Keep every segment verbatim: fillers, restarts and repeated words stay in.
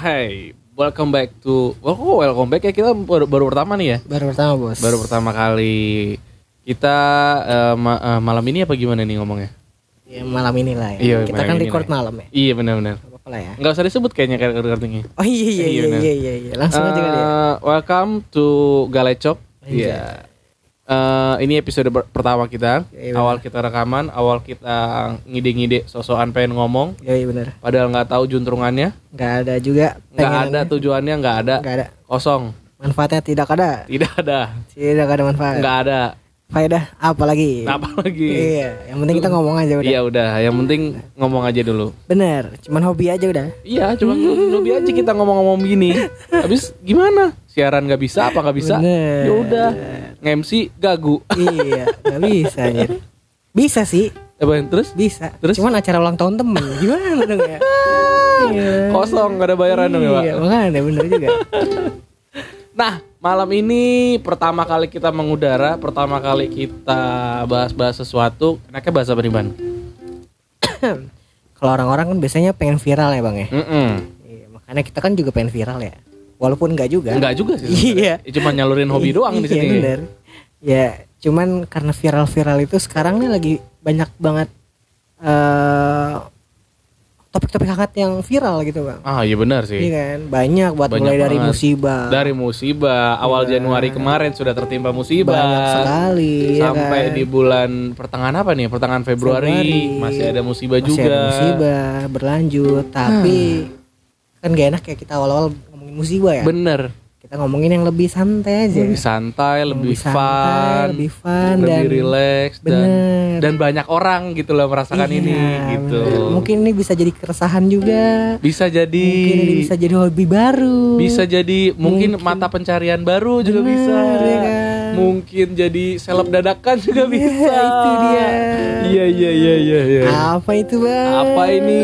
Hai, welcome back to Oh, welcome back ya, kita baru, baru pertama nih ya. Baru pertama, Bos. Baru pertama kali. Kita uh, ma- uh, malam ini apa gimana nih ngomongnya? Ya, malam inilah ya. Iya, kita kan record lah. malam ya. Iya, benar-benar. Apa lah ya. Enggak usah disebut kayaknya kartu-kartunya. Oh iya iya iya iya, iya, iya. Langsung uh, aja kali ya. Welcome to Galecok. Iya. Yeah. Uh, ini episode ber- pertama kita. Ya, awal kita rekaman, awal kita ngide-ngide sosokan pengen ngomong. Iya iya benar. Padahal nggak tahu juntrungannya. Nggak ada juga. Nggak ada tujuannya, nggak ada. Nggak ada. Kosong. Manfaatnya tidak ada. Tidak ada. Tidak ada manfaat. Nggak ada. Faedah apa lagi? Apa lagi? Iya. Yang penting kita ngomong aja udah. Iya udah. Yang penting ngomong aja dulu. Bener. Cuman hobi aja udah. Iya. Cuma hobi aja kita ngomong-ngomong gini. Habis gimana? Siaran nggak bisa? Apa nggak bisa? Ya udah. Nge-M C gagu. Iya. Nggak bisa anjir. Bisa sih. Apa terus? Bisa. Terus? Cuman acara ulang tahun temen. Gimana dong ya? Iya. Kosong, gak ada bayaran dong ya Pak. Iya makanya bener juga. Nah, malam ini pertama kali kita mengudara, pertama kali kita bahas-bahas sesuatu. Enaknya bahas apa nih, Ban? Kalau orang-orang kan biasanya pengen viral ya Bang ya. Mm-mm. Iya, makanya kita kan juga pengen viral ya. Walaupun enggak juga. Enggak juga sih. Iya. Cuma nyalurin hobi doang di sini. Iya bener. Ya, cuman karena viral-viral itu sekarang nih lagi banyak banget uh, topik-topik hangat yang viral gitu Bang. Ah iya benar sih. Iya kan, banyak buat Banyak mulai dari banget. musibah. Dari musibah awal Iya. Januari kemarin sudah tertimpa musibah. Banyak sekali. Sampai ya kan? di bulan pertengahan apa nih? Pertengahan Februari, Februari. masih ada musibah Masih juga. ada musibah berlanjut, tapi kan gak enak ya kita awal-awal ngomongin musibah ya. Bener. Kita ngomongin yang lebih santai aja. Lebih santai, Yang lebih, santai, fun, lebih fun lebih dan relax dan bener. dan banyak orang gitu loh merasakan Iya, ini gitu. bener. Mungkin ini bisa jadi keresahan juga. Bisa jadi. Mungkin ini bisa jadi hobi baru. Bisa jadi mungkin, Mungkin. mata pencarian baru juga Bener, bisa. ya kan? Mungkin jadi seleb dadakan juga Iya, bisa. itu dia. Iya iya iya iya iya. Apa itu Bang? Apa ini?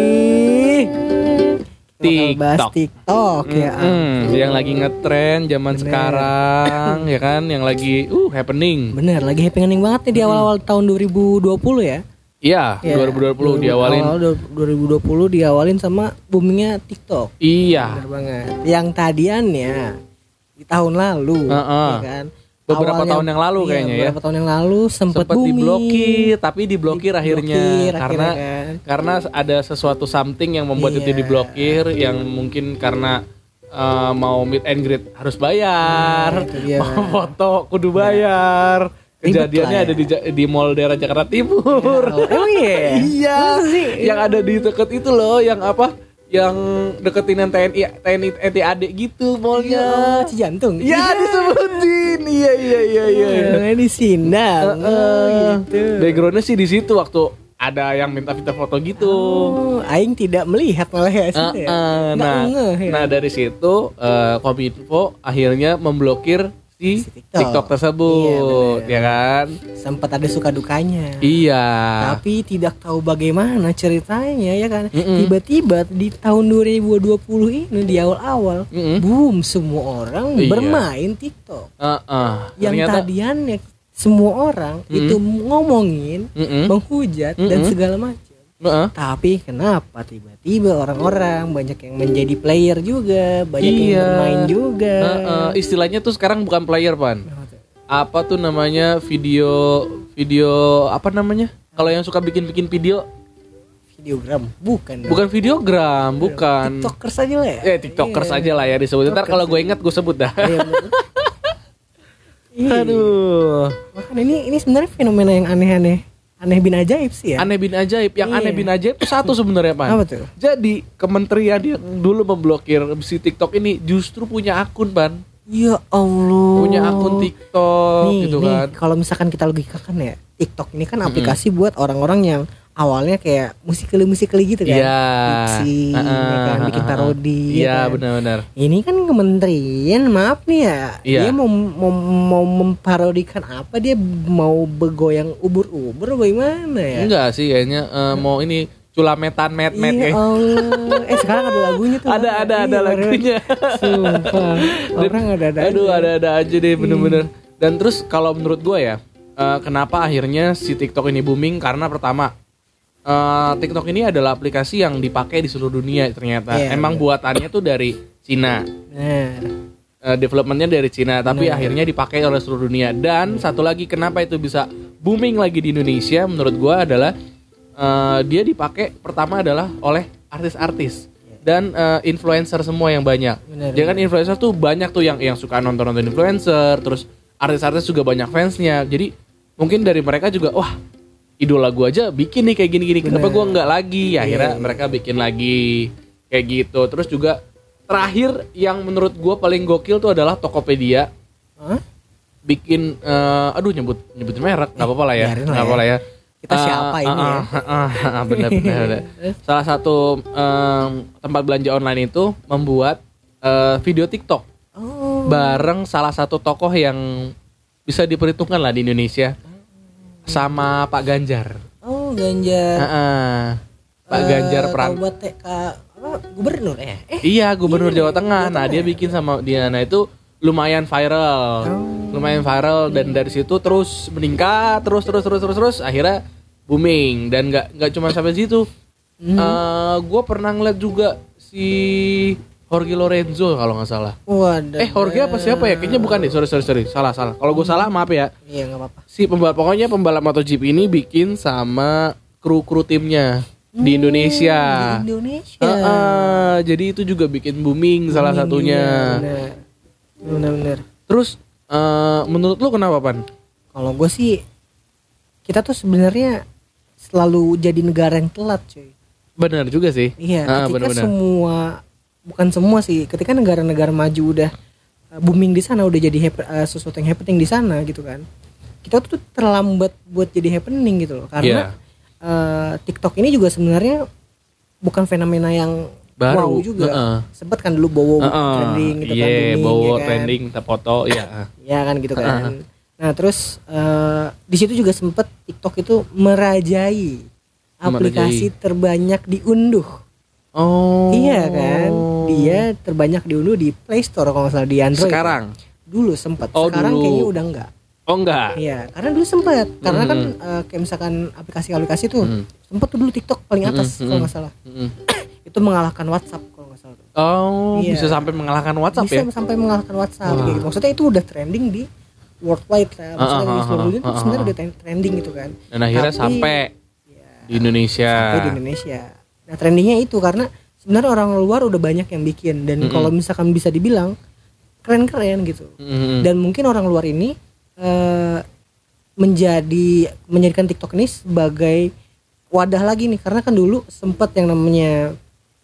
Bakal bahas TikTok ya. Mm-mm. Yang lagi ngetren zaman Bener. sekarang ya kan, yang lagi uh happening. Bener, lagi happening banget nih di awal-awal tahun dua ribu dua puluh ya. Iya, Ya, dua ribu dua puluh diawalin. Awal dua ribu dua puluh diawalin sama boomingnya TikTok. Iya. Bener banget. Yang tadiannya di tahun lalu, Uh-uh. ya kan? Beberapa Awalnya- tahun yang lalu iya, kayaknya ya. Beberapa tahun yang lalu sempat Sempat booming. diblokir, tapi diblokir akhirnya Diblokir karena akhirnya kan. karena ada sesuatu something yang membuat itu Iya. diblokir, yang mungkin karena uh, mau meet and greet harus bayar, Nah, itu dia. mau foto kudu bayar. Ribet Kejadiannya lah ya. ada di Ja- di Mall daerah Jakarta Timur. Oh, emang iya? Iya, Masa sih? yang ada di deket itu loh, yang apa? Yang deketin yang T N I T N I N T A D gitu mallnya. Oh, Cijantung. Ya disebutin, iya iya iya iya. Iya, di Sindang. Uh, Oh, gitu. Backgroundnya sih di situ waktu ada yang minta-minta foto gitu. Oh, aing tidak melihat malah ya Uh, situ ya. uh, Nggak nah, ngeh ya. nah dari situ uh, Kominfo akhirnya memblokir si, Si TikTok. TikTok tersebut, Iya, bener. ya kan? Sempat ada suka dukanya. Iya. Tapi tidak tahu bagaimana ceritanya ya kan. Mm-mm. Tiba-tiba di tahun dua ribu dua puluh ini di awal-awal Mm-mm. boom semua orang Iya. bermain TikTok. Uh, uh, Yang ternyata, tadiannya semua orang Mm-mm. itu ngomongin, Mm-mm. menghujat dan Mm-mm. segala macam. Uh-uh. Tapi kenapa tiba-tiba orang-orang banyak yang menjadi player juga, banyak Iya. yang bermain juga. Uh-uh. Istilahnya tuh sekarang bukan player, Pan. Kenapa tuh? Apa tuh namanya video video apa namanya? Kalau yang suka bikin-bikin video, Videogram, bukan. dong. bukan videogram, bukan. TikTokers aja lah ya. Eh, TikTokers Iya. aja lah ya disebut. Ntar TikTokers kalau gue ingat gue sebut dah. Iya, bener. Iya. Aduh. Makanya ini ini sebenarnya fenomena yang aneh-aneh, aneh bin ajaib sih ya. Aneh bin ajaib. Yang Iya. aneh bin ajaib itu satu sebenarnya, Pan. Apa tuh? Jadi kementerian yang dulu memblokir si TikTok ini justru punya akun, Pan. Ya Allah. Punya akun TikTok nih, gitu nih, kan. kalau misalkan kita logikakan ya, TikTok ini kan aplikasi buat orang-orang yang awalnya kayak musikali-musikali gitu kan. Iya. Fiksi, Uh-uh, ya kan, bikin uh-uh. parodi. Iya, ya kan. benar-benar. Ini kan kementerian, maaf nih ya, Iya. dia mau, mau mau memparodikan apa? Dia mau begoyang ubur-ubur bagaimana ya? Enggak sih kayaknya eh, mau ini culametan met-met Iya kayak. Allah. Eh sekarang ada lagunya tuh. Ada ada ada Iya, lagunya. Sumpah. Orang ada-ada Aduh, aja. ada-ada aja deh bener-bener. Dan terus kalau menurut gue ya, eh, kenapa akhirnya si TikTok ini booming? Karena pertama, uh, TikTok ini adalah aplikasi yang dipakai di seluruh dunia ternyata. Iya, Emang bener. buatannya tuh dari Cina. Benar. Uh, developmentnya dari Cina, tapi Bener. akhirnya dipakai oleh seluruh dunia. Dan satu lagi kenapa itu bisa booming lagi di Indonesia menurut gua adalah uh, dia dipakai pertama adalah oleh artis-artis dan uh, influencer semua yang banyak. Bener, Dia kan influencer tuh banyak tuh yang yang suka nonton-nonton influencer, terus artis-artis juga banyak fansnya. Jadi mungkin dari mereka juga wah idola gua aja bikin nih kayak gini-gini. Kenapa Bener. gua nggak lagi? Ya, akhirnya Iya. mereka bikin lagi kayak gitu. Terus juga terakhir yang menurut gue paling gokil tuh adalah Tokopedia Hah? bikin eh, aduh nyebut nyebutin merek nggak apa-apa lah ya biarin lah nggak ya. apa lah ya Kita Eh, siapa ini ah, ya? ah, ah, ah, bener, bener, bener. Salah satu em, tempat belanja online itu membuat eh, video TikTok Oh. bareng salah satu tokoh yang bisa diperhitungkan lah di Indonesia sama Pak Ganjar. Oh, Ganjar. Ah, ah. Pak Eh, Ganjar Pran tahu buat T K apa gubernur ya? Eh, Iya, Gubernur Iya, Jawa Tengah. Jawa Nah, Tengah dia ya? bikin sama dia. Nah, itu lumayan viral. Oh. Lumayan viral dan dari situ terus meningkat, terus terus terus terus terus akhirnya booming dan nggak nggak cuma sampai situ. Mhm. Eh, gue pernah ngeliat juga si Jorge Lorenzo kalau nggak salah. Waduh. Eh, Jorge apa siapa ya? Kayaknya bukan deh. Sorry sorry sorry. Salah salah. Kalau gue salah maaf ya. Iya, enggak apa-apa. Si pembalap pokoknya pembalap MotoGP ini bikin sama kru-kru timnya di Indonesia. Di Indonesia. Heeh, jadi itu juga bikin booming salah Booming satunya. juga, bener. Bener-bener. Terus eh, menurut lu kenapa Pan? Kalau gue sih kita tuh sebenarnya selalu jadi negara yang telat, cuy. Benar juga sih. Iya, Ah, ketika benar-benar. semua bukan semua sih, ketika negara-negara maju udah uh, booming di sana, udah jadi hap- uh, sesuatu yang happening di sana gitu kan. Kita tuh terlambat buat jadi happening gitu loh. Karena Iya. uh, TikTok ini juga sebenarnya bukan fenomena yang Baru. wow juga. Heeh. Sempet kan dulu Bowo Heeh. trending gitu kan, Iya, booming, bawa ya kan. trending, kita foto, ya. Ya kan gitu kan. Nah, terus uh, di situ juga sempet TikTok itu merajai aplikasi terbanyak diunduh. Oh. Iya kan, dia terbanyak diunduh di Play Store kalau nggak salah di Android. Sekarang. Dulu sempat, Oh, sekarang dulu. kayaknya udah enggak. Oh enggak. Iya, karena dulu sempat, karena kan Hmm. eh, kayak misalkan aplikasi-aplikasi tuh Hmm. sempat tuh dulu TikTok paling atas Hmm, kalau hmm. nggak salah. Mm-mm. Itu mengalahkan WhatsApp kalau nggak salah. Oh, Iya. bisa sampai mengalahkan WhatsApp Bisa ya? sampai mengalahkan WhatsApp. Wah. kayak gitu. Maksudnya itu udah trending di worldwide lah. Maksudnya Ah, ah, di seluruh ah, dunia ah, tuh sebenarnya ah. udah trending gitu kan. Dan akhirnya Tapi- sampai Ya, di Indonesia. sampai di Indonesia. Nah, trendingnya itu karena sebenarnya orang luar udah banyak yang bikin dan Mm-mm. kalau misalkan bisa dibilang keren-keren gitu. Mm-mm. Dan mungkin orang luar ini eh, menjadi menjadikan TikTok ini sebagai wadah lagi nih karena kan dulu sempat yang namanya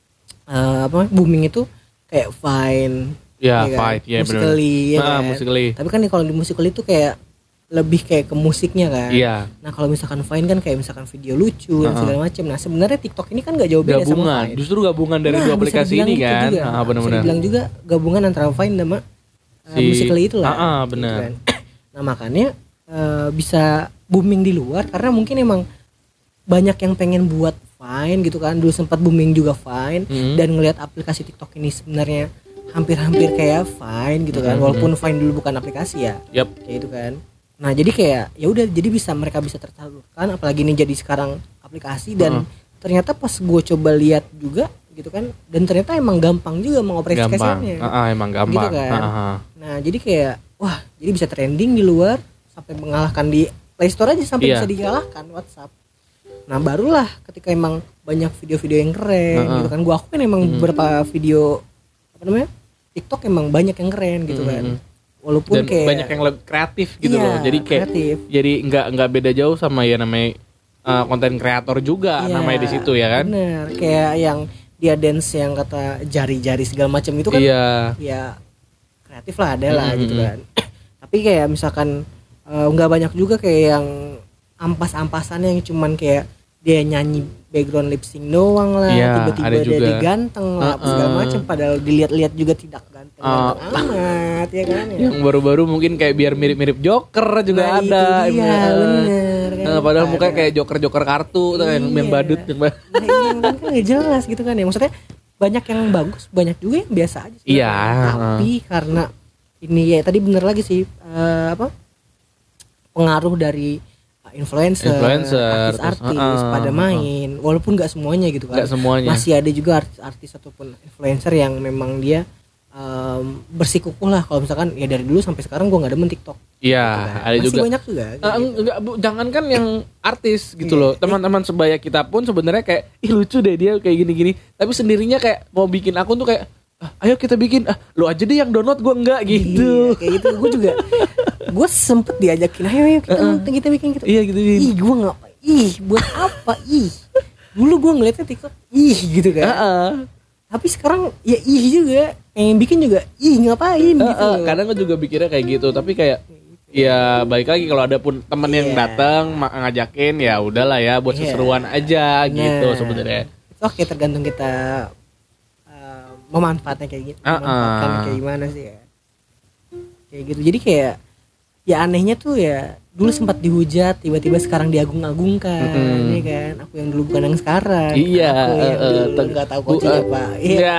eh, apa booming itu kayak Vine, Ya, ya kan? fight, ya benar. Musical.ly, ya Ah, kan? Musical.ly. Tapi kan kalau di Musical.ly itu kayak lebih kayak ke musiknya kan. Iya. Nah kalau misalkan Vine kan kayak misalkan video lucu dan Uh-uh. segala macam. Nah sebenarnya TikTok ini kan nggak jauh beda sama Gabungan, Vine. justru gabungan dari Nah, dua bisa aplikasi dibilang ini gitu kan. juga. Ah, Bisa benar-benar. dibilang juga gabungan antara Vine sama uh, Si- Musical.ly itu lah. Ah, ah, gitu benar. kan. Nah makanya uh, bisa booming di luar karena mungkin emang banyak yang pengen buat Vine gitu kan. Dulu sempat booming juga Vine Mhm. dan ngelihat aplikasi TikTok ini sebenarnya hampir-hampir kayak Vine gitu kan. Mhm. Walaupun Vine dulu bukan aplikasi ya. Yap. Kayak itu kan. Nah jadi kayak ya udah jadi bisa mereka bisa tersalurkan apalagi ini jadi sekarang aplikasi dan Heeh. ternyata pas gue coba lihat juga gitu kan dan ternyata emang gampang juga Gampang. mengoperasikannya. Ah, ah, emang gampang. Gitu kan. Ah, ah. Nah jadi kayak wah jadi bisa trending di luar sampai mengalahkan di Play Store aja sampai Iya. bisa dikalahkan WhatsApp. Nah barulah ketika emang banyak video-video yang keren Heeh. gitu kan. Gue akuin emang Mhm. beberapa video apa namanya TikTok emang banyak yang keren gitu kan. Mhm. Walaupun Dan kayak banyak yang lebih kreatif gitu Iya, loh. Jadi kayak kreatif. jadi nggak nggak beda jauh sama ya namanya uh, konten kreator juga Iya, namanya di situ ya kan. Bener, kayak yang dia dance yang kata jari-jari segala macam itu kan Iya. ya kreatif lah ada lah Mm-mm. gitu kan. Tapi kayak misalkan eh, nggak banyak juga kayak yang ampas-ampasannya yang cuman kayak dia nyanyi background lip sync doang lah, Iya, tiba-tiba ada dia juga. diganteng lah Uh-uh. segala macam padahal dilihat-lihat juga tidak ganteng Uh. amat ya kan ya. Yang baru-baru mungkin kayak biar mirip-mirip Joker juga Nah, ada. itu dia, Bener. bener kan. Nah, padahal mukanya Padahal- kayak Joker-Joker kartu tuh kan yang Iya. badut yang ba- Nah, iya, kan kan nggak jelas gitu kan ya maksudnya banyak yang bagus banyak juga yang biasa aja sebenarnya. Iya, tapi karena ini ya tadi bener lagi sih eh, apa pengaruh dari influencer, Influencer, artis-artis terus, uh, uh, pada main, walaupun nggak semuanya gitu kan. Nggak semuanya. Masih ada juga artis-artis ataupun influencer yang memang dia um, bersikukuh lah. Kalau misalkan ya dari dulu sampai sekarang gue nggak demen TikTok. Iya, Gitu kan. ada Masih juga. banyak juga. Uh, gitu. enggak, bu, jangankan yang artis gitu Iya. loh. Teman-teman sebaya kita pun sebenarnya kayak ih lucu deh dia kayak gini-gini. Tapi sendirinya kayak mau bikin akun tuh kayak ah, ayo kita bikin, ah lu aja deh yang download gue enggak gitu. Iya, kayak gitu. Gue juga, gue sempet diajakin, ayo ayo kita, Uh-uh. kita bikin gitu. Iya gitu. Ih, gue ngapa? Ih, buat apa? Ih, dulu gue ngeliatnya TikTok, ih gitu kan. Heeh. Tapi sekarang ya ih juga, yang bikin juga ih ngapain gitu. Heeh, kadang gue juga pikirnya kayak gitu, tapi kayak ya baik lagi kalau ada pun temen yang Iya. datang ma- ngajakin ya udahlah ya buat Iya. seseruan aja gitu Nah, sebenarnya. Oke, tergantung kita uh, memanfaatnya kayak gitu. Uh-uh. Memanfaatkan kayak gimana sih ya. Kayak gitu. Jadi kayak ya anehnya tuh ya dulu sempat dihujat, tiba-tiba sekarang diagung-agungkan, Mm-mm. ya kan? Aku yang dulu bukan yang sekarang. Iya, Aku yang uh, uh, dulu teng- nggak tahu bu- coachnya uh, apa. Iya. Ya.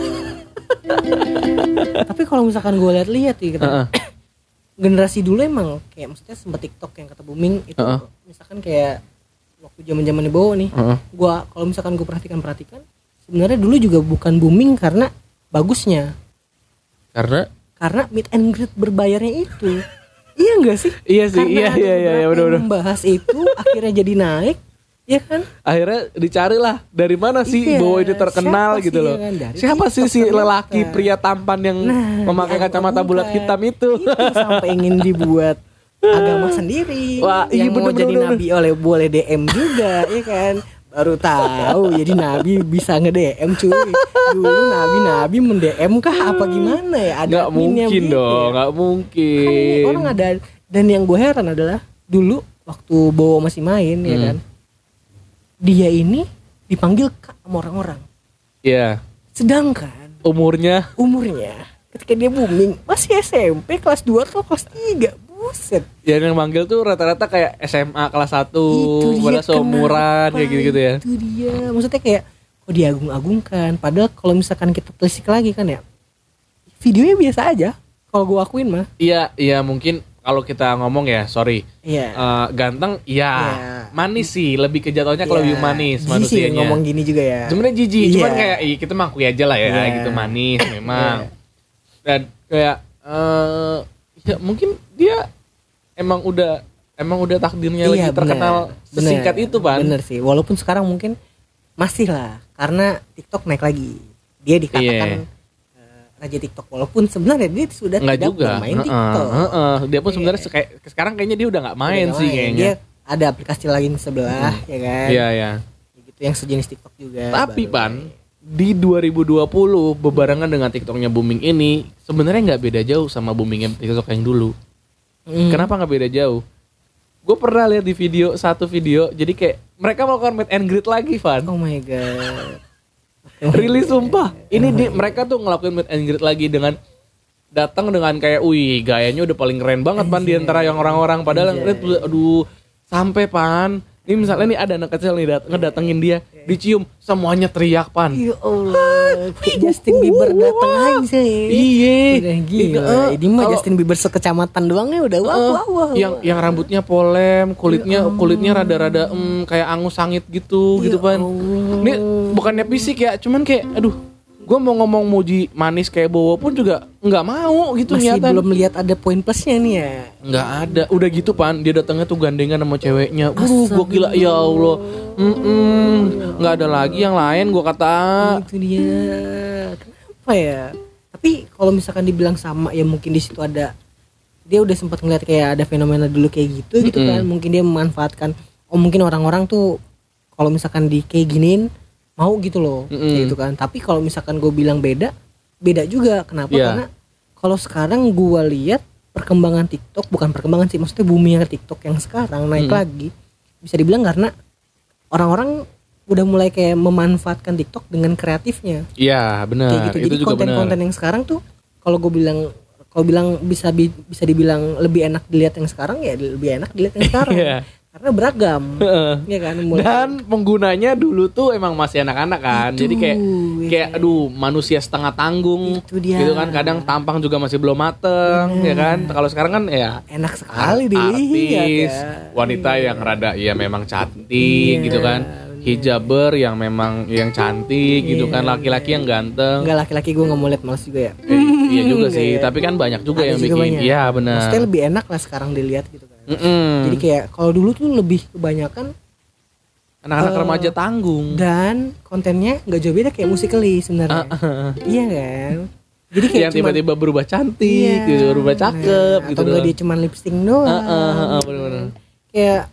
Tapi kalau misalkan gue lihat-lihat ya, kita, Uh-uh. generasi dulu emang kayak maksudnya sempat TikTok yang kata booming itu, Uh-uh. misalkan kayak waktu zaman-zaman di bawah nih, Heeh. gua kalau misalkan gue perhatikan-perhatikan, sebenarnya dulu juga bukan booming karena bagusnya, Karena karena meet and greet berbayarnya itu. Iya enggak sih? Iya sih, Karena iya, ada iya, iya, beberapa bener, yang bener. membahas itu akhirnya jadi naik, ya kan? akhirnya dicarilah dari mana sih Iya, Bowo ini terkenal siapa gitu sih, loh. ya kan? Dari Siapa sih TikTok si ternyata. lelaki pria tampan yang Nah, memakai kacamata bulat diagung-agungkan. hitam itu? Itu sampai ingin dibuat agama sendiri. Wah, iya, yang mau bener, jadi bener, nabi oleh boleh D M juga, ya kan? Baru tahu jadi nabi bisa nge-D M cuy. Dulu nabi-nabi men-D M kah apa gimana ya? Ada Nggak adminnya mungkin begitu dong, ya. nggak Kan mungkin. orang ada, dan yang gue heran adalah dulu waktu Bowo masih main, ya Hmm. kan? Dia ini dipanggil Kak sama orang-orang. Iya, Sedangkan umurnya umurnya ketika dia booming masih S M P kelas dua atau kelas tiga. Buset. ya yang manggil tuh rata-rata kayak S M A kelas satu, Itu dia, pada seumuran kenapa? kayak gitu-gitu ya. Itu dia. Maksudnya kayak kok diagung-agungkan, padahal kalau misalkan kita telisik lagi kan ya, videonya biasa aja. Kalau gue akuin mah. Iya, iya mungkin kalau kita ngomong ya, sorry. Iya. Eh, ganteng, iya. Iya. Manis sih, lebih ke jatuhnya kalau lebih manis Jijik sih manusianya. ngomong gini juga ya. Sebenarnya jijik, Iya. cuman kayak ih, kita mengakui aja lah ya, Iya. gitu manis memang. Iya. Dan kayak eh ya mungkin dia emang udah emang udah takdirnya lagi Iya, terkenal bener. sesingkat Bener. itu, Pan. Bener sih. Walaupun sekarang mungkin masih lah, karena TikTok naik lagi. Dia dikatakan Iya. eh, raja TikTok, walaupun sebenarnya dia sudah Enggak tidak juga. bermain Heeh, TikTok. heeh. Dia pun Iya. sebenarnya kayak sekarang kayaknya dia udah nggak main Udah sih main. kayaknya. Dia ada aplikasi lain sebelah, ya kan? Iya, iya. Gitu yang sejenis TikTok juga. Tapi baru Pan, main. di dua ribu dua puluh bebarengan dengan TikToknya booming ini sebenarnya nggak beda jauh sama boomingnya TikTok yang dulu. Hmm. Kenapa nggak beda jauh? Gue pernah lihat di video satu video, jadi kayak mereka melakukan meet and greet lagi, Van. Oh my god. Rilis sumpah. Ini di, mereka tuh ngelakuin meet and greet lagi dengan datang dengan kayak, wih gayanya udah paling keren banget Pan di antara yang orang-orang. Padahal yang ngeliat, aduh sampai Pan. Ini misalnya nih ada anak kecil nih dat- ngedatengin dia, dicium, semuanya teriak Pan. Ya Allah, kayak Justin Bieber datang aja ya. Iya. Udah gila. Eh, Ini mah kalau- Justin Bieber sekecamatan doang ya udah wah Eh, wah wah. yang yang rambutnya polem, kulitnya kulitnya rada-rada em, kayak angus sangit gitu gitu Pan. Ini bukannya fisik ya, cuman kayak aduh, gue mau ngomong muji manis kayak Bowo pun juga nggak mau gitu masih niatan. belum lihat ada poin plusnya nih ya. Nggak ada, udah gitu Pan, dia datangnya tuh gandengan sama ceweknya. Uh, gue gila ya Allah. Mm-mm, nggak ada lagi yang lain gue kata. Itu dia. Kenapa ya? Tapi kalau misalkan dibilang sama ya mungkin di situ ada, dia udah sempat ngeliat kayak ada fenomena dulu kayak gitu gitu Mm-mm. kan. Mungkin dia memanfaatkan. Oh mungkin orang-orang tuh kalau misalkan di kayak giniin mau gitu loh, Mm-mm. kayak gitu kan. Tapi kalau misalkan gue bilang beda, beda juga. Kenapa? Iya. Karena kalau sekarang gue lihat perkembangan TikTok, bukan perkembangan sih, maksudnya boomingnya TikTok yang sekarang naik Mm. lagi. Bisa dibilang karena orang-orang udah mulai kayak memanfaatkan TikTok dengan kreatifnya. Iya benar, Kayak gitu. itu Jadi juga benar. konten-konten yang sekarang tuh kalau gue bilang kalau bilang bisa bi- bisa dibilang lebih enak dilihat yang sekarang ya lebih enak dilihat yang sekarang. Iya. karena beragam. Ya kan. Mulai Dan penggunanya dulu tuh emang masih anak-anak kan. Itu, Jadi kayak ya kayak kan. aduh manusia setengah tanggung. Itu dia. Gitu kan kadang tampang juga masih belum mateng, ya kan. Kalau sekarang kan ya enak sekali artis, dilihat ya. wanita yang rada ya memang cantik Iya, gitu kan. bener. Hijaber yang memang yang cantik gitu Iya, kan, laki-laki yang ganteng. Enggak, laki-laki gue nggak mau lihat males juga ya. Eh, iya juga Enggak sih, ya. tapi kan banyak juga Ada yang juga bikin. banyak. Iya benar. Maksudnya lebih enak lah sekarang dilihat gitu kan. Mm-mm. Jadi kayak kalau dulu tuh lebih kebanyakan Anak-anak eh, remaja tanggung. dan kontennya nggak jauh beda kayak Musical.ly sebenarnya. Iya kan. Jadi kayak Yang tiba-tiba berubah cantik, Iya. gitu, berubah cakep Nah, gitu atau enggak doang. dia cuma lip sync doang. Heeh, heeh, bener-bener. Kayak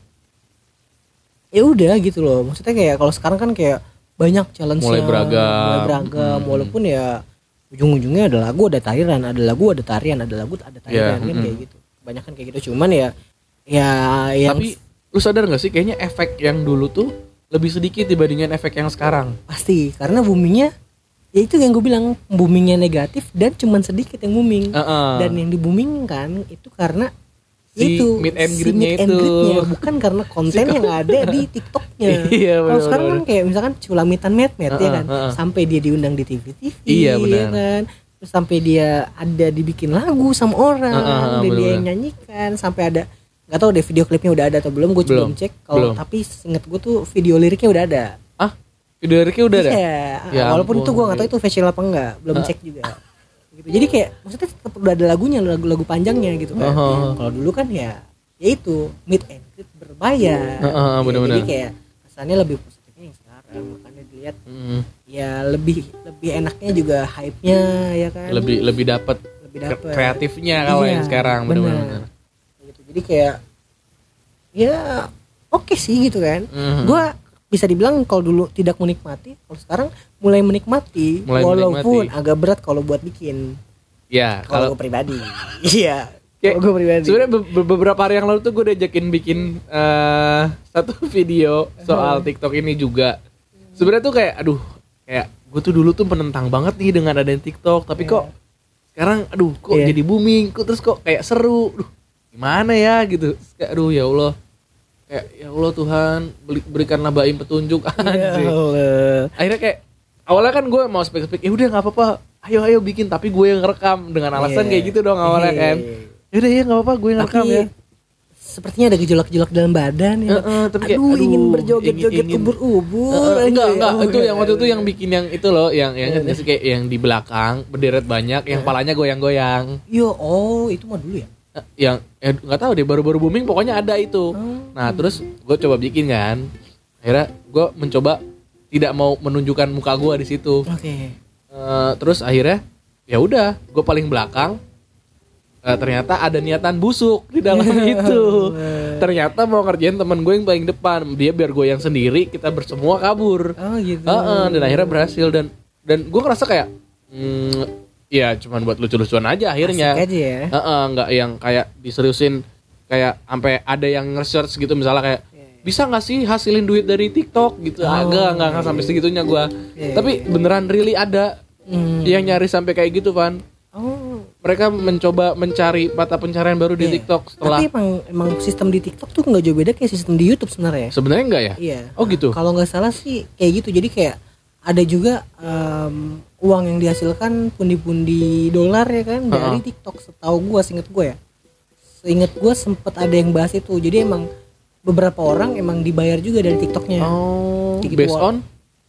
ya udah gitu loh. Maksudnya kayak kalau sekarang kan kayak banyak challenge Mulai beragam. mulai beragam Hmm. walaupun ya ujung-ujungnya ada lagu ada tarian, ada lagu ada tarian, ada lagu ada tarian Iya, kan mm-mm. kayak gitu. Kebanyakan kayak gitu cuman ya ya yang Tapi lu sadar gak sih kayaknya efek yang dulu tuh lebih sedikit dibandingkan efek yang sekarang. pasti karena boomingnya ya itu yang gue bilang boomingnya negatif dan cuman sedikit yang booming. Heeh. Dan yang di booming kan itu karena Si itu meet and si greet-nya meet and itu. greet-nya, bukan karena konten yang ada di TikToknya. Iya, Kalau benar, sekarang kan benar. kayak misalkan Culamitan Medmed ya Heeh, kan, heeh. sampai dia diundang di T V T V, Iya, ya benar. kan, terus sampai dia ada dibikin lagu sama orang, Heeh, heeh, dan dia benar, yang nyanyikan, sampai ada nggak tahu deh video klipnya udah ada atau belum, gue Belum, belum cek. Kalau belum. tapi inget gue tuh video liriknya udah ada. Ah, video liriknya udah ada? Iya, Ya walaupun ampun. itu gue nggak tahu itu facial apa enggak, belum cek juga. Gitu. Jadi kayak maksudnya tetap udah ada lagunya, lagu-lagu panjangnya gitu kan. Heeh. Kalau dulu kan ya, ya itu meet and greet berbayar. Heeh, Ya, bener-bener. Jadi kayak kesannya lebih positifnya yang sekarang, makanya dilihat Mm, ya lebih lebih enaknya juga hype-nya ya kan. lebih lebih dapat lebih dapet. kreatifnya kalau Iya, yang sekarang bener. benar-benar. Gitu. Jadi kayak ya oke sih gitu kan. Mhm. Gua bisa dibilang kalau dulu tidak menikmati, kalau sekarang mulai menikmati, Mulai walaupun menikmati. agak berat kalau buat bikin. Ya, Kalau kalau gue pribadi, iya. Kayak Kalau gue pribadi. sebenarnya be- be- beberapa hari yang lalu tuh gue udah ajakin bikin eh, satu video soal TikTok ini juga. Sebenarnya tuh kayak aduh, kayak gue tuh dulu tuh penentang banget nih dengan adanya TikTok, tapi Iya. kok sekarang aduh kok Iya. jadi booming, kok terus kok kayak seru. Duh, gimana ya gitu. Terus kayak aduh ya Allah. Kayak ya Allah Tuhan, beli- berikanlah Baim petunjuk Ya anjing. Allah. Akhirnya kayak awalnya kan gue mau spek-spek, ya udah nggak apa-apa, ayo ayo bikin, tapi gue yang rekam dengan alasan Iya. kayak gitu dong awalnya Iya. kan. Yaudah ya nggak apa-apa, gue yang rekam Tapi ya. sepertinya ada gejolak-gejolak dalam badan ya. Heeh, tapi kayak, aduh, ingin aduh, berjoget-joget ingin- ingin. ubur-ubur. Heeh, aja enggak ya. enggak Oh, itu iya, yang waktu itu iya. yang bikin yang itu loh, yang yang ingat nggak sih kayak yang di belakang berderet banyak, yang palanya goyang-goyang. Yo, oh itu mah dulu ya. Eh, Yang eh, nggak tahu deh baru-baru booming pokoknya ada itu. Nah terus gue coba bikin kan, akhirnya gue mencoba tidak mau menunjukkan muka gue di situ. Oke. Eh, terus akhirnya ya udah gue paling belakang. Eh, ternyata ada niatan busuk di dalam itu. Ternyata mau ngerjain teman gue yang paling depan, dia biar gue yang sendiri, kita bersemua kabur. Oh gitu. Heeh, dan akhirnya berhasil dan dan gue ngerasa kayak hmm, ya cuman buat lucu-lucuan aja akhirnya. Asik aja ya. Heeh, nggak yang kayak diseriusin, kayak sampai ada yang nge-search gitu misalnya kayak bisa nggak sih hasilin duit dari TikTok gitu. Oh, Agak nggak nggak sampai segitunya gue. Iya, Tapi beneran really ada Hmm. yang nyari sampai kayak gitu, Van. Oh. Mereka mencoba mencari mata pencarian baru di Iya. TikTok setelah. Tapi emang emang sistem di TikTok tuh nggak jauh beda kayak sistem di YouTube sebenarnya. Sebenarnya enggak ya? Iya. Oh gitu. Kalau nggak salah sih kayak gitu. Jadi kayak ada juga em, uang yang dihasilkan pundi-pundi dolar ya kan dari TikTok. Setahu gua, seinget gua ya. Seinget gua sempet ada yang bahas itu. Jadi emang beberapa orang emang dibayar juga dari TikToknya. Oh, Gitu, based Wak. on?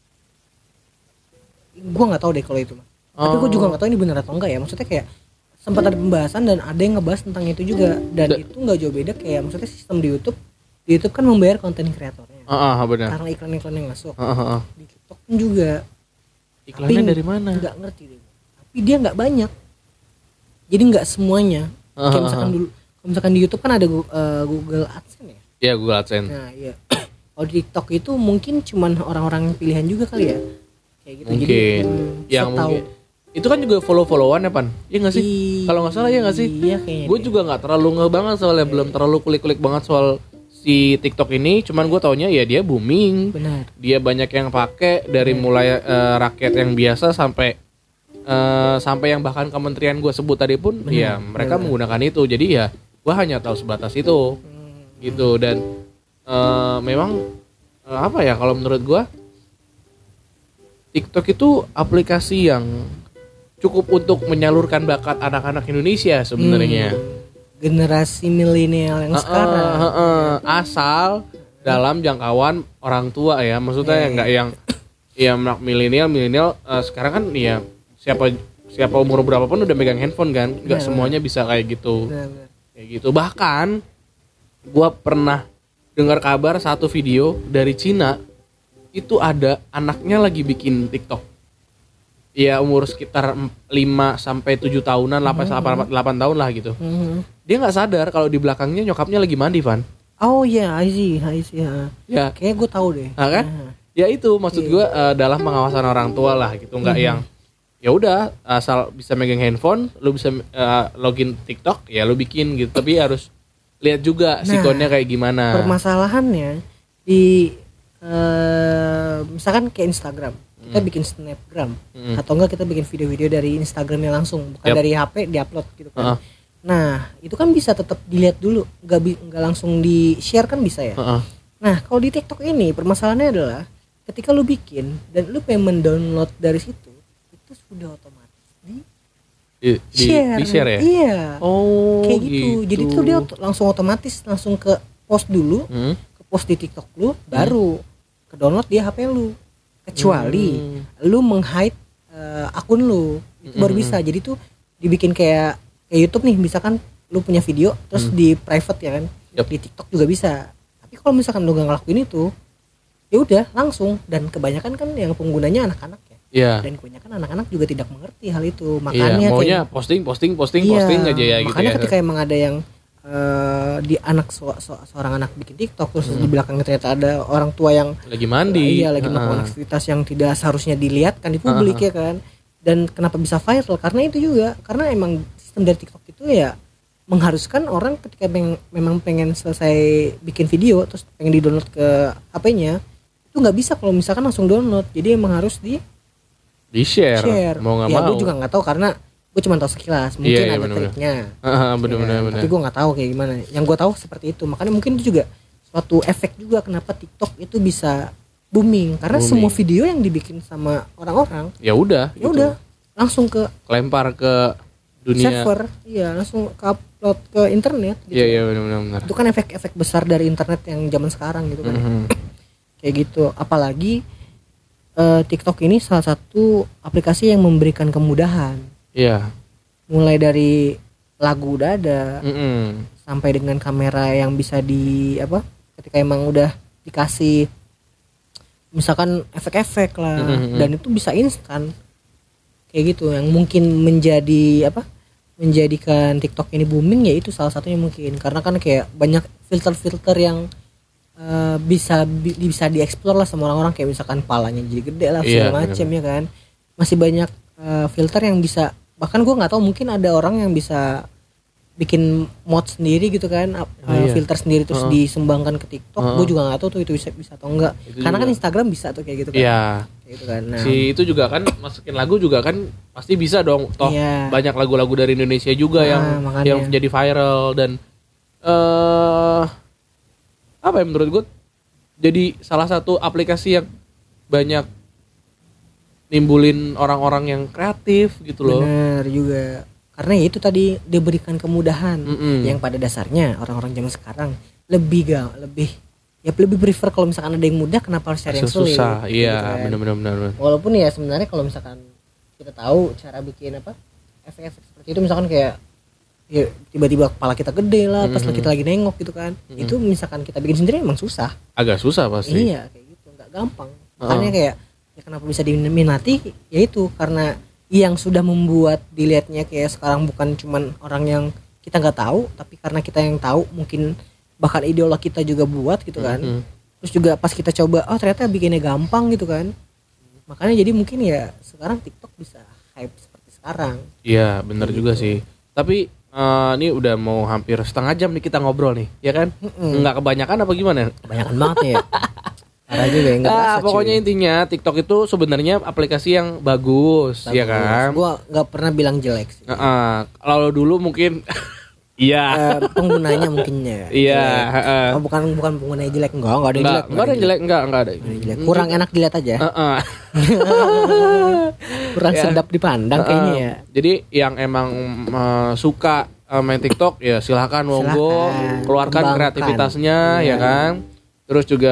Gua nggak tahu deh kalau itu mah. Tapi gua Oh. juga nggak tahu ini benar atau enggak ya. Maksudnya kayak sempat ada pembahasan dan ada yang ngebahas tentang itu juga. Dan Da- itu nggak jauh beda kayak maksudnya sistem di YouTube. Di YouTube kan membayar konten kreatornya. Ah, ah, benar. Karena iklan-iklan yang masuk. Ah, ah, ah. Di TikTok pun juga. Iklannya Tapi dari mana? nggak ngerti deh. Tapi dia nggak banyak. Jadi nggak semuanya. Ah, Kayak ah, misalkan ah. dulu, kalau misalkan di YouTube kan ada Gu- eh, Google AdSense ya. Ya, Google AdSense. Nah iya. Kalau di TikTok itu mungkin cuman orang-orang pilihan juga kali ya. Kayak gitu. Jadi Mungkin. hmm, Yang setahu- mungkin. Itu kan juga follow-followan ya, Pan? Iya nggak sih? Ih, Kalau nggak salah ya nggak sih? Iya kayaknya. Gue deh. juga nggak terlalu nge banget soalnya belum terlalu kulik-kulik banget soal si TikTok ini. Cuman gue taunya ya dia booming. Benar. Dia banyak yang pakai dari mulai eh, rakyat yang biasa sampai eh, sampai yang bahkan kementerian gue sebut tadi pun ya mereka menggunakan itu. Jadi ya gue hanya tahu sebatas itu Hmm. gitu. Dan uh, memang uh, apa ya kalau menurut gua TikTok itu aplikasi yang cukup untuk menyalurkan bakat anak-anak Indonesia sebenarnya. Hmm, generasi milenial yang Uh, sekarang. uh, uh, uh, asal dalam jangkauan orang tua ya, maksudnya Eh. nggak yang ya anak milenial milenial uh, sekarang kan ya siapa siapa umur berapapun udah megang handphone kan, nggak Benar, semuanya bisa kayak gitu, Benar-benar. kayak gitu. Bahkan gua pernah dengar kabar satu video dari Cina itu ada anaknya lagi bikin TikTok. Ya umur sekitar lima sampai tujuh tahunan, delapan sampai delapan tahun lah gitu. Mhm. Dia nggak sadar kalau di belakangnya nyokapnya lagi mandi, Van. Oh iya, I see, I see. Ya. Ya, Kayaknya gue tahu deh. nah kan? Nah. Ya itu maksud gue eh, dalam pengawasan orang tua lah gitu, nggak yang ya udah asal bisa megang handphone, lu bisa eh, login TikTok, ya lu bikin gitu. Tapi harus lihat juga Nah, sikonnya kayak gimana. Permasalahannya di eh, misalkan kayak Instagram, kita bikin snapgram Hmm. atau enggak kita bikin video-video dari Instagramnya langsung, bukan Yap. dari H P diupload gitu kan. Heeh. Nah itu kan bisa tetap dilihat dulu, nggak bi- nggak langsung di share kan bisa ya. Heeh. Nah kalau di TikTok ini permasalahannya adalah ketika lu bikin dan lu pengen mendownload dari situ, itu sudah otomatis di Di, di, share. di share ya? Iya. Oh, Kayak gitu. Jadi tuh dia ot- langsung otomatis langsung ke post dulu, Hmm. ke post di TikTok lu, baru ke download di H P lu. Kecuali Hmm. lu meng-hide eh, akun lu, itu baru Hmm. bisa. Jadi tuh dibikin kayak kayak YouTube nih, misalkan lu punya video terus di private ya kan. Yup. Di TikTok juga bisa. Tapi kalau misalkan lu gak ngelakuin itu, ya udah langsung, dan kebanyakan kan yang penggunanya anak-anak ya. Iya. Dan kebanyakan anak-anak juga tidak mengerti hal itu. Iya, Makanya maunya kayak posting, posting, posting, Iya, posting aja ya gitu makanya ya. ketika emang ada yang eh, di anak so- so- seorang anak bikin TikTok terus di belakangnya ternyata ada orang tua yang Lagi mandi. iya lagi melakukan Heeh. aktivitas yang tidak seharusnya dilihatkan di publik ya kan. Dan kenapa bisa viral? Karena itu juga karena emang sistem dari TikTok itu ya mengharuskan orang ketika peng- memang pengen selesai bikin video terus pengen di download ke H P-nya itu nggak bisa kalau misalkan langsung download. Jadi emang harus di Di share, share. mau nggak Ya mau. gue juga nggak tahu karena gue cuma tahu sekilas. Mungkin Iya, iya, ada bener-bener. triknya. Heeh, bener-bener, Ya, bener. tapi gue nggak tahu kayak gimana. Yang gue tahu seperti itu. Makanya mungkin itu juga suatu efek juga kenapa TikTok itu bisa booming karena Booming. semua video yang dibikin sama orang-orang Ya udah, ya udah langsung ke lempar ke dunia. server, iya langsung ke upload ke internet. Gitu. Iya, iya benar-benar. benar. Itu kan efek-efek besar dari internet yang zaman sekarang gitu kan. Mhm. Kayak gitu. Apalagi eh, TikTok ini salah satu aplikasi yang memberikan kemudahan. Iya. Mulai dari lagu udah ada, Mhm. sampai dengan kamera yang bisa di apa ketika emang udah dikasih misalkan efek-efek lah Mhm. dan itu bisa instan kayak gitu yang mungkin menjadi apa menjadikan TikTok ini booming ya itu salah satunya mungkin karena kan kayak banyak filter-filter yang eh, bisa bi- bisa dieksplor lah sama orang-orang kayak misalkan palanya jadi gede lah Iya, segala macam ya kan masih banyak eh, filter yang bisa bahkan gue nggak tahu mungkin ada orang yang bisa bikin mod sendiri gitu kan ap- Oh, uh, iya. filter sendiri terus Heeh. disumbangkan ke TikTok. Heeh. Gue juga nggak tahu tuh itu bisa bisa atau enggak. Itu Karena juga. kan Instagram bisa tuh kayak gitu kan. Iya. Kayak gitu kan. Nah, Si itu juga kan masukin lagu juga kan pasti bisa dong. Toh Iya. banyak lagu-lagu dari Indonesia juga Nah, yang makanya. yang jadi viral dan eh apa ya menurut gue jadi salah satu aplikasi yang banyak nimbulin orang-orang yang kreatif gitu loh. benar juga. Karena ya itu tadi diberikan kemudahan Mm-mm. yang pada dasarnya orang-orang zaman sekarang lebih ga lebih ya lebih prefer kalau misalkan ada yang mudah kenapa harus cari yang sulit. Susah, Kayak iya gitu kan. benar-benar benar. Walaupun ya sebenarnya kalau misalkan kita tahu cara bikin apa efek-efek seperti itu misalkan kayak ya tiba-tiba kepala kita gede lah pas Mhm. kita lagi nengok gitu kan itu misalkan kita bikin sendiri emang susah Agak susah pasti. iya kayak gitu nggak gampang makanya kayak ya kenapa bisa diminati ya itu karena yang sudah membuat dilihatnya kayak sekarang bukan cuman orang yang kita nggak tahu tapi karena kita yang tahu mungkin bahkan ideolog kita juga buat gitu kan Mhm. terus juga pas kita coba oh ternyata bikinnya gampang gitu kan makanya jadi mungkin ya sekarang TikTok bisa hype seperti sekarang. Iya benar juga sih. Tapi eh, ini udah mau hampir setengah jam nih kita ngobrol nih, ya kan? Nggak kebanyakan apa gimana? Kebanyakan banget nih ya. Parah juga ya nggak Ah, berasa, pokoknya cuy. intinya TikTok itu sebenarnya aplikasi yang bagus, ya kan? Gua nggak pernah bilang jelek sih. Heeh. Kalau dulu mungkin Iya. Eh, penggunanya mungkin ya. Iya, Jelek. heeh. Oh, bukan bukan penggunanya jelek, enggak, enggak ada yang Enggak, jelek. enggak ada yang jelek, enggak, enggak ada. Nggak ada yang jelek. Kurang enak dilihat aja. Heeh. Kurang Ya. sedap dipandang kayaknya ya. Jadi yang emang uh, suka uh, main TikTok ya silahkan monggo Silakan. keluarkan Kembangkan. kreativitasnya Iya. ya kan. Terus juga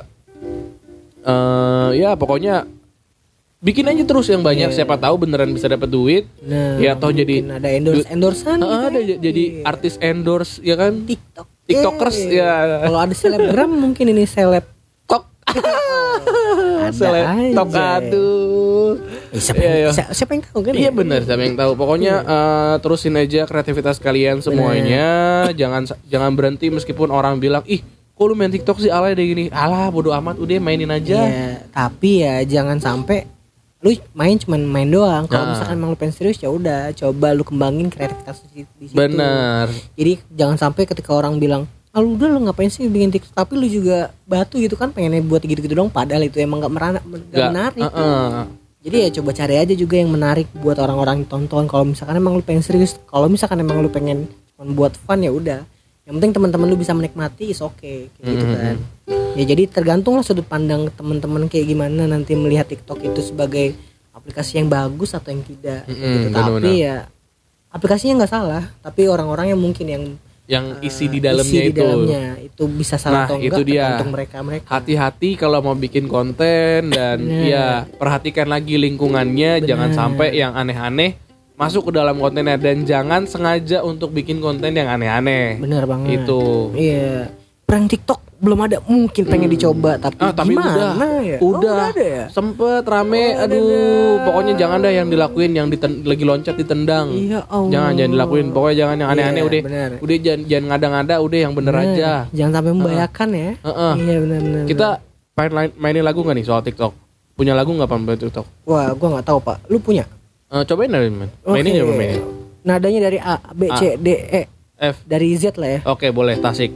uh, ya pokoknya bikin aja terus yang banyak, siapa tahu beneran bisa dapat duit. Nah, Ya, atau jadi- mungkin ada endorse endorsean Heeh, gitu ada ya. j- jadi artis endorse ya kan. TikTok. TikTokers, Eh, ya. Kalau ada selebgram mungkin ini seleb Tok. ada Seleb tok aja. aduh. Eh, siapa, Iya, iya. siapa, siapa yang tahu kan? Iya ya? benar, siapa yang tahu. Pokoknya eh, terusin aja kreativitas kalian semuanya. Jangan jangan berhenti meskipun orang bilang, "Ih, kok lu main TikTok sih alay deh gini." Alah, bodo amat, udah mainin aja. Iya, tapi ya jangan sampai lu main cuman main doang. Kalau Nah. misalkan emang lu pengen serius ya udah coba lu kembangin kreativitas di, di situ. Benar. Jadi jangan sampai ketika orang bilang, "Ah lu udah lu ngapain sih bikin TikTok?" Tapi lu juga batu gitu kan pengennya buat gitu-gitu dong padahal itu emang gak, merana, gak Nggak, menarik. uh-uh. Jadi ya coba cari aja juga yang menarik buat orang-orang tonton. Kalau misalkan emang lu pengen serius, kalau misalkan emang lu pengen cuma buat fun ya udah. Yang penting teman-teman lu bisa menikmati is oke okay, gitu Mm-hmm. kan. Ya jadi tergantung lah sudut pandang teman-teman kayak gimana nanti melihat TikTok itu sebagai aplikasi yang bagus atau yang tidak. Mm-mm, gitu. benar-benar. Tapi ya aplikasinya nggak salah, tapi orang-orang yang mungkin yang Yang eh, isi di dalamnya isi di itu. dalamnya itu bisa salah Nah, atau itu enggak dia. tergantung mereka-mereka. Hati-hati kalau mau bikin konten dan Benar. ya perhatikan lagi lingkungannya, Benar. jangan sampai yang aneh-aneh masuk ke dalam kontennya dan jangan sengaja untuk bikin konten yang aneh-aneh. Benar banget. Itu. Iya. Prank TikTok belum ada, mungkin pengen dicoba tapi, Ah, tapi gimana udah, ya? udah, Oh, ada ya? sempet rame, Oh, ada aduh, dah. pokoknya jangan dah yang dilakuin yang diten- lagi loncat ditendang, Iya, Allah. jangan jangan dilakuin, pokoknya jangan yang aneh-aneh, Iya, udah, benar. udah jangan jangan ngada-ngada, udah yang bener Benar. aja. Jangan sampai membahayakan ya. Heeh. Iya benar-benar. Kita main mainin lagu nggak nih soal TikTok? Punya lagu nggak Pak TikTok? Wah, gua nggak tahu Pak. Lu punya? Eh, cobain dari main, Oke. mainin coba mainin. Nadanya dari A, B, C, D, E, F, dari Z lah ya. oke boleh tasik.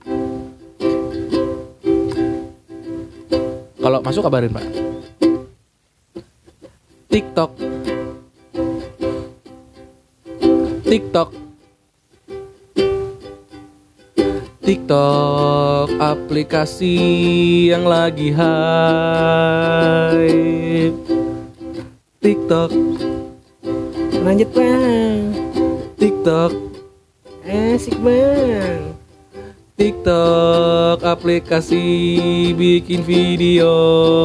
Kalau masuk kabarin Pak. TikTok. TikTok. TikTok aplikasi yang lagi hype. TikTok, Lanjut Bang. TikTok, Asik Bang. TikTok aplikasi bikin video.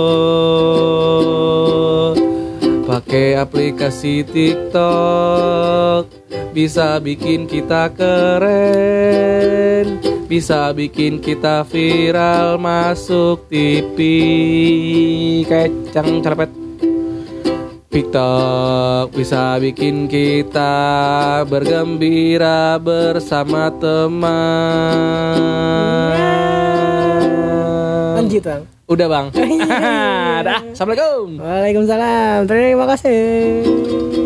Pakai aplikasi TikTok bisa bikin kita keren, bisa bikin kita viral masuk T V. Kecang cerepet. TikTok bisa bikin kita bergembira bersama teman. Lanjut Bang. Udah Bang. Dah, assalamualaikum. Waalaikumsalam. Terima kasih.